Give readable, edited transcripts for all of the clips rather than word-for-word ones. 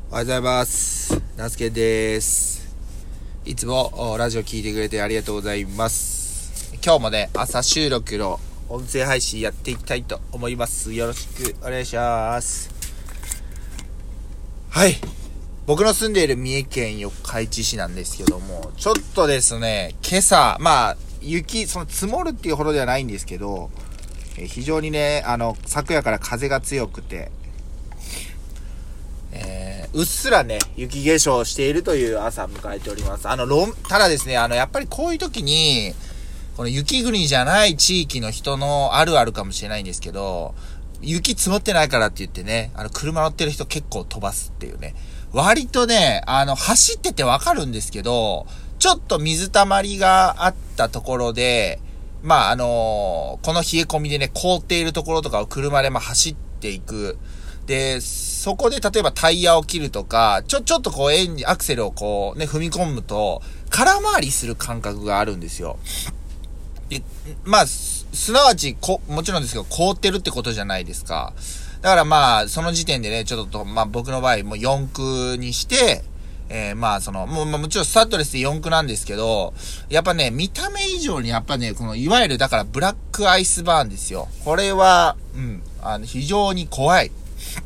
おはようございます。ナスケです。いつもラジオ聞いてくれてありがとうございます。今日もね、朝収録の音声配信やっていきたいと思います。よろしくお願いします。はい。僕の住んでいる三重県四日市市なんですけども、ちょっとですね、今朝、雪、積もるっていうほどではないんですけど、非常にね、昨夜から風が強くて、うっすらね、雪化粧しているという朝を迎えております。ただですね、やっぱりこういう時に、この雪国じゃない地域の人のあるあるかもしれないんですけど、雪積もってないからって言ってね、車乗ってる人結構飛ばすっていうね。割とね、走っててわかるんですけど、ちょっと水たまりがあったところで、この冷え込みでね、凍っているところとかを車で走っていく。で、そこで例えばタイヤを切るとか、ちょっとこうアクセルをこうね、踏み込むと、空回りする感覚があるんですよ。で、すなわち、もちろんですけど、凍ってるってことじゃないですか。だからその時点でね、ちょっと、僕の場合、もう四駆にして、もちろんスタッドレスで四駆なんですけど、やっぱね、見た目以上にやっぱね、いわゆるだからブラックアイスバーンですよ。これは、非常に怖い。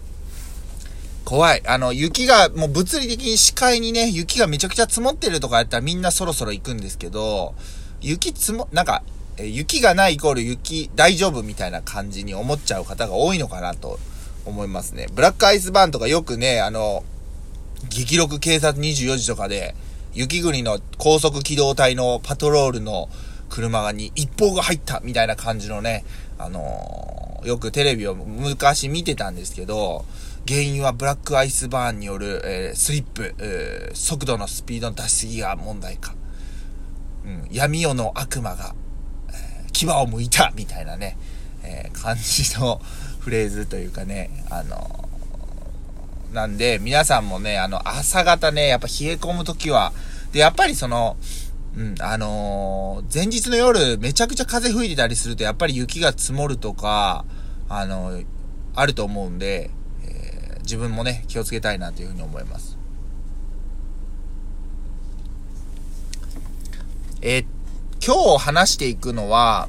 雪が、もう物理的に視界にね、雪がめちゃくちゃ積もってるとかやったらみんなそろそろ行くんですけど、雪がないイコール大丈夫みたいな感じに思っちゃう方が多いのかなと思いますね。ブラックアイスバーンとかよくね、激録警察24時とかで、雪国の高速機動隊のパトロールの車に一報が入ったみたいな感じのね、よくテレビを昔見てたんですけど、原因はブラックアイスバーンによる、スリップ、速度のスピードの出しすぎが問題か。闇夜の悪魔が、牙を剥いたみたいなね、感じのフレーズというかね、なんで皆さんもね、朝方ね、やっぱ冷え込むときは、で、やっぱり前日の夜めちゃくちゃ風吹いてたりすると、やっぱり雪が積もるとか、あると思うんで、自分もね、気をつけたいなというふうに思います。今日話していくのは、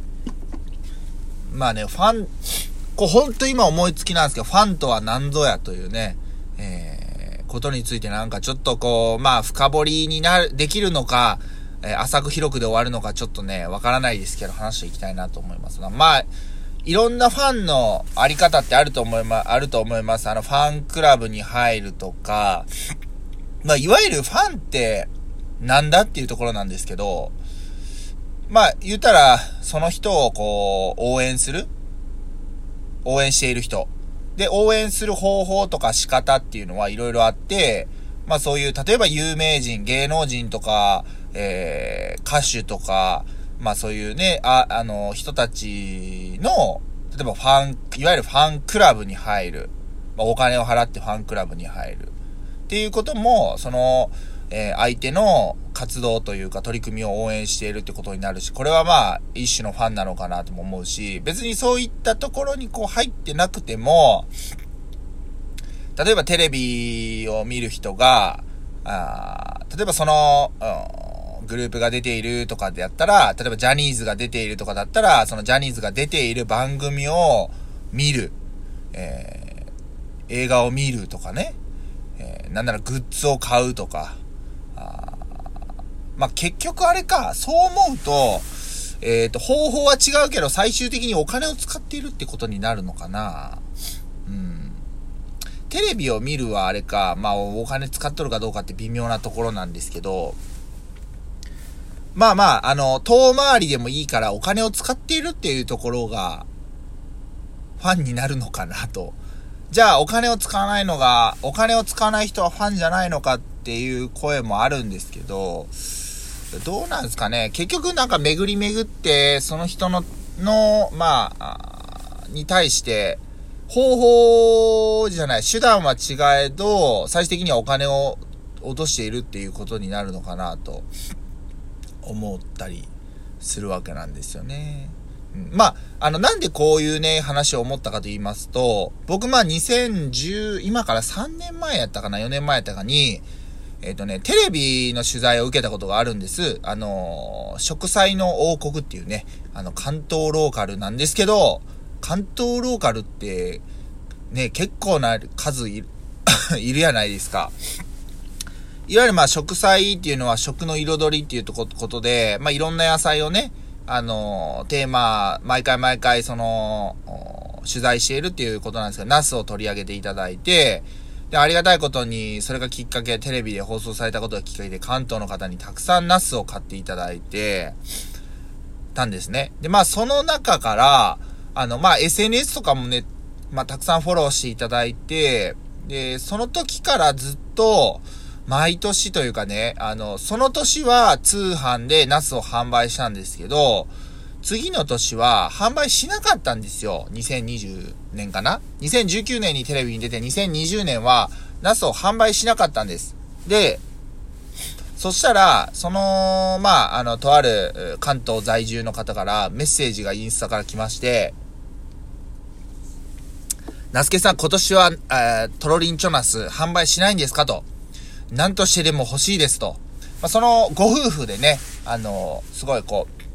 ほんと今思いつきなんですけど、ファンとは何ぞやというね、ことについてなんかちょっと深掘りにできるのか、浅く広くで終わるのかちょっとね、わからないですけど、話していきたいなと思いますが、いろんなファンのあり方ってあると思います。ファンクラブに入るとか、いわゆるファンってなんだっていうところなんですけど、言ったら、その人を応援している人。で、応援する方法とか仕方っていうのはいろいろあって、そういう、例えば有名人、芸能人とか、歌手とか、そういうね、人たちの、例えばいわゆるファンクラブに入る。お金を払ってファンクラブに入る。っていうことも、相手の活動というか取り組みを応援しているってことになるし、これは一種のファンなのかなとも思うし、別にそういったところに入ってなくても、例えばテレビを見る人が、例えばグループが出ているとかでやったら、例えばジャニーズが出ているとかだったら、そのジャニーズが出ている番組を見る、映画を見るとかね、なんならグッズを買うとか、結局あれか、そう思うと、方法は違うけど、最終的にお金を使っているってことになるのかな。テレビを見るはあれか、お金使っとるかどうかって微妙なところなんですけど、遠回りでもいいからお金を使っているっていうところが、ファンになるのかなと。じゃあお金を使わない人はファンじゃないのかっていう声もあるんですけど、どうなんですかね。結局巡り巡って、その人に対して、方法じゃない、手段は違えど、最終的にはお金を落としているっていうことになるのかなと思ったりするわけなんですよね。 なんでこういうね、話を思ったかと言いますと、僕2010、今から3年前やったかな、4年前やったかに、テレビの取材を受けたことがあるんです。食彩の王国っていうね、関東ローカルなんですけど、関東ローカルって、ね、結構な数いるいるやないですか。いわゆる食彩っていうのは食の彩りっていうことで、いろんな野菜をね、テーマ、毎回取材しているっていうことなんですけど、ナスを取り上げていただいて、で、ありがたいことに、それがきっかけ、テレビで放送されたことがきっかけで、関東の方にたくさんナスを買っていただいて、たんですね。で、その中から、SNS とかもね、たくさんフォローしていただいて、で、その時からずっと、毎年というかね、その年は通販でナスを販売したんですけど、次の年は販売しなかったんですよ。2020年かな ?2019 年にテレビに出て2020年はナスを販売しなかったんです。で、そしたら、とある関東在住の方からメッセージがインスタから来まして、ナスケさん今年は、トロリンチョナス販売しないんですかと。何としてでも欲しいですと。そのご夫婦でね、すごい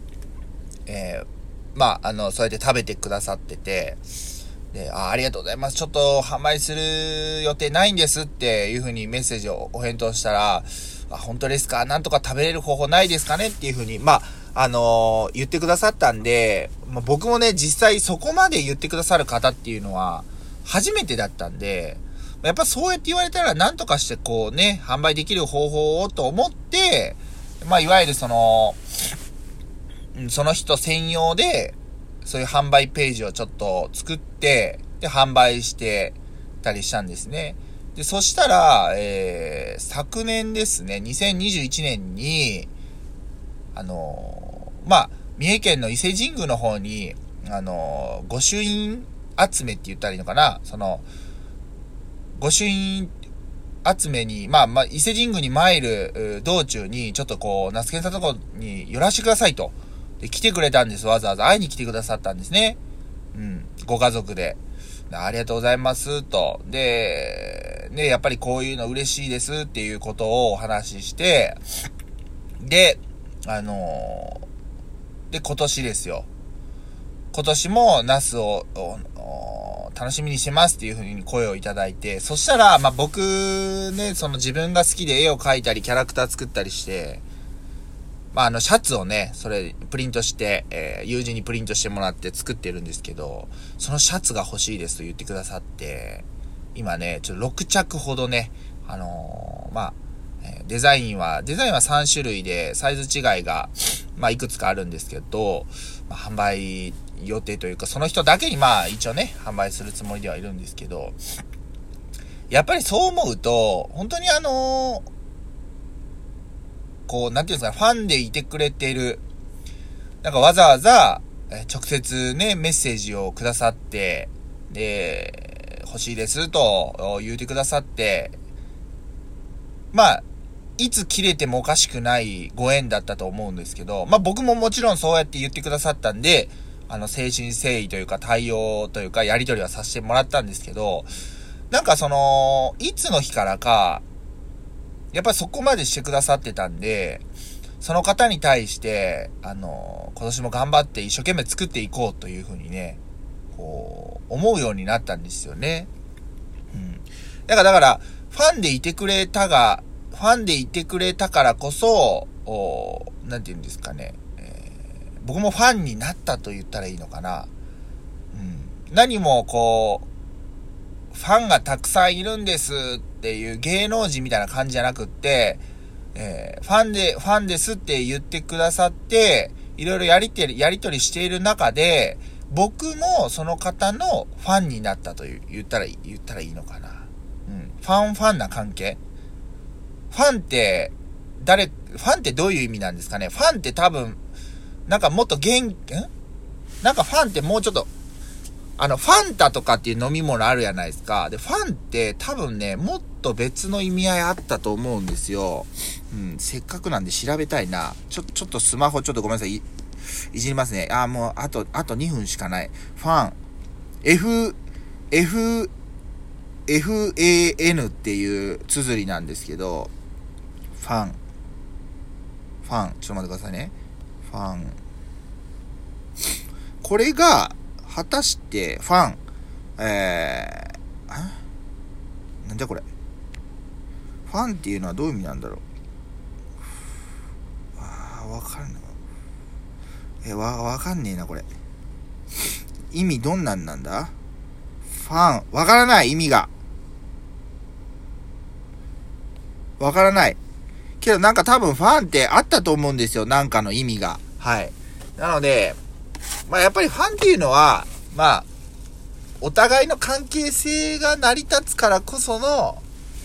そうやって食べてくださってて、で、ありがとうございます。ちょっと販売する予定ないんですっていう風にメッセージをお返答したら、本当ですか？なんとか食べれる方法ないですかねっていう風に、言ってくださったんで、僕もね、実際そこまで言ってくださる方っていうのは初めてだったんで、やっぱそうやって言われたら何とかして販売できる方法をと思って、いわゆるその人専用で、そういう販売ページをちょっと作って、で、販売してたりしたんですね。で、そしたら、昨年ですね、2021年に、三重県の伊勢神宮の方に、御朱印集めって言ったらいいのかな、御朱印集めに、伊勢神宮に参る道中に、ちょっとナスケンさんのとこに寄らせてくださいと。で、来てくれたんです。わざわざ会いに来てくださったんですね。ご家族で。ありがとうございます、と。で、ね、やっぱりこういうの嬉しいですっていうことをお話しして、で、で、今年ですよ。今年もナスを楽しみにしてますっていう風に声をいただいて、そしたら、僕ね、自分が好きで絵を描いたり、キャラクター作ったりして、シャツをね、それ、プリントして、友人にプリントしてもらって作ってるんですけど、そのシャツが欲しいですと言ってくださって、今ね、ちょっと6着ほどね、デザインは3種類で、サイズ違いが、いくつかあるんですけど、販売予定というか、その人だけに一応ね、販売するつもりではいるんですけど、やっぱりそう思うと、本当になんていうんですか、ファンでいてくれてる、わざわざ、直接ね、メッセージをくださって、で、欲しいですと言うてくださって、いつ切れてもおかしくないご縁だったと思うんですけど、僕ももちろんそうやって言ってくださったんで、誠心誠意というか対応というかやり取りはさせてもらったんですけど、いつの日からか、やっぱりそこまでしてくださってたんで、その方に対して、今年も頑張って一生懸命作っていこうというふうにね、思うようになったんですよね。だから、ファンでいてくれたからこそ、なんて言うんですかね、僕もファンになったと言ったらいいのかな。何もファンがたくさんいるんですっていう芸能人みたいな感じじゃなくって、ファンですって言ってくださって、いろいろやり取りしている中で、僕もその方のファンになったと言ったらいいのかな。ファンな関係。ファンってどういう意味なんですかね。ファンって多分、もっとファンってもうちょっと、ファンタとかっていう飲み物あるじゃないですか。で、ファンって多分ね、もっと別の意味合いあったと思うんですよ。せっかくなんで調べたいな。ちょっとスマホごめんなさい。 いじりますね。もう、あと2分しかない。ファン。FAN っていう綴りなんですけど、ファン。ちょっと待ってくださいね。ファン。これが、果たして、ファン。なんじゃこれ。ファンっていうのはどういう意味なんだろう。わかんない。わかんねえな、これ。意味どんなんなんだ？ファン。わからない、意味が。わからない。けどなんか多分ファンってあったと思うんですよ。なんかの意味が。はい。なので、やっぱりファンっていうのは、お互いの関係性が成り立つからこその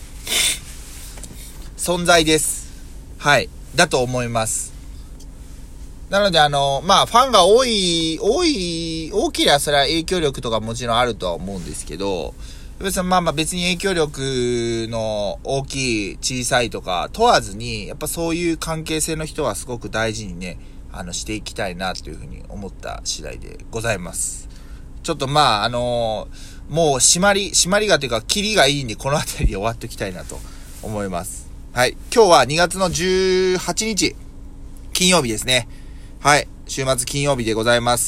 存在です。はい。だと思います。なのでファンが大きなそれは影響力とかもちろんあるとは思うんですけど、別に影響力の大きい小さいとか問わずに、やっぱそういう関係性の人はすごく大事にね、していきたいなというふうに思った次第でございます。ちょっともう締まりがというか、キリがいいんで、この辺りで終わっておきたいなと思います。はい。今日は2月の18日、金曜日ですね。はい。週末金曜日でございます。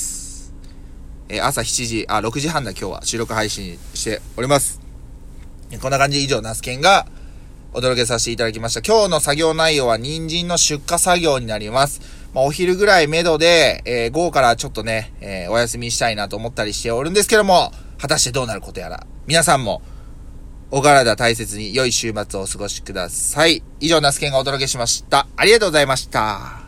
朝6時半だ今日は収録配信しております。こんな感じで以上、ナスケンがお届けさせていただきました。今日の作業内容は人参の出荷作業になります。お昼ぐらい目処で、午後からちょっとね、お休みしたいなと思ったりしておるんですけども、果たしてどうなることやら。皆さんも、お体大切に良い週末をお過ごしください。以上、ナスケンがお届けしました。ありがとうございました。